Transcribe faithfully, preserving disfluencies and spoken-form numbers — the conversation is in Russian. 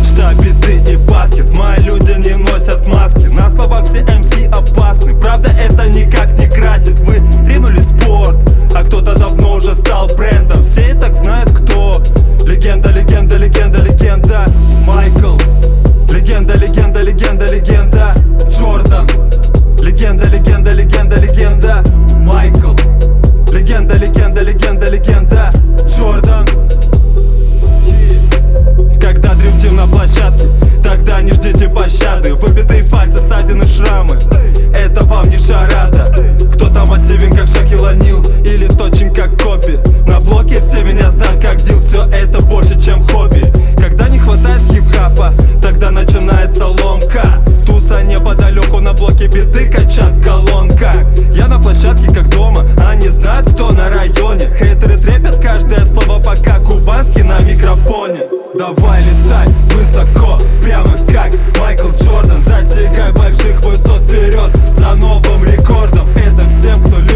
мечта, биты и баскет. Мои люди не носят маски, на словах все эм си опасны. Правда, это никак не красит. Вы ринули спорт, а кто-то давно уже стал брендом. Все и так знают, кто. Легенда, легенда, легенда, легенда. Майкл. Легенда, легенда, легенда, легенда. Джордан. Легенда, легенда, легенда, легенда. Майкл. Легенда, легенда, легенда, легенда. Джордан. Когда Dream Team на площадке, тогда не ждите пощады. Выбитые пальцы, ссадины, шрамы, это вам не шарада. Кто-то массивен, как Шакил О'Нил, или точен, как Коби. На блоке все меня знают, как дил. Все это больше, чем хобби. Когда не хватает хип-хапа, тогда начинается ломка. Туса неподалеку, на блоке биты качат в колонках. Я на площадке, как дома, они знают, кто на районе. Хейтеры трепят каждое слово, пока кубанский на микрофоне. Давай летай высоко, прямо как Майкл Джордан. Достигай больших высот, вперед за новым рекордом. Это всем, кто любит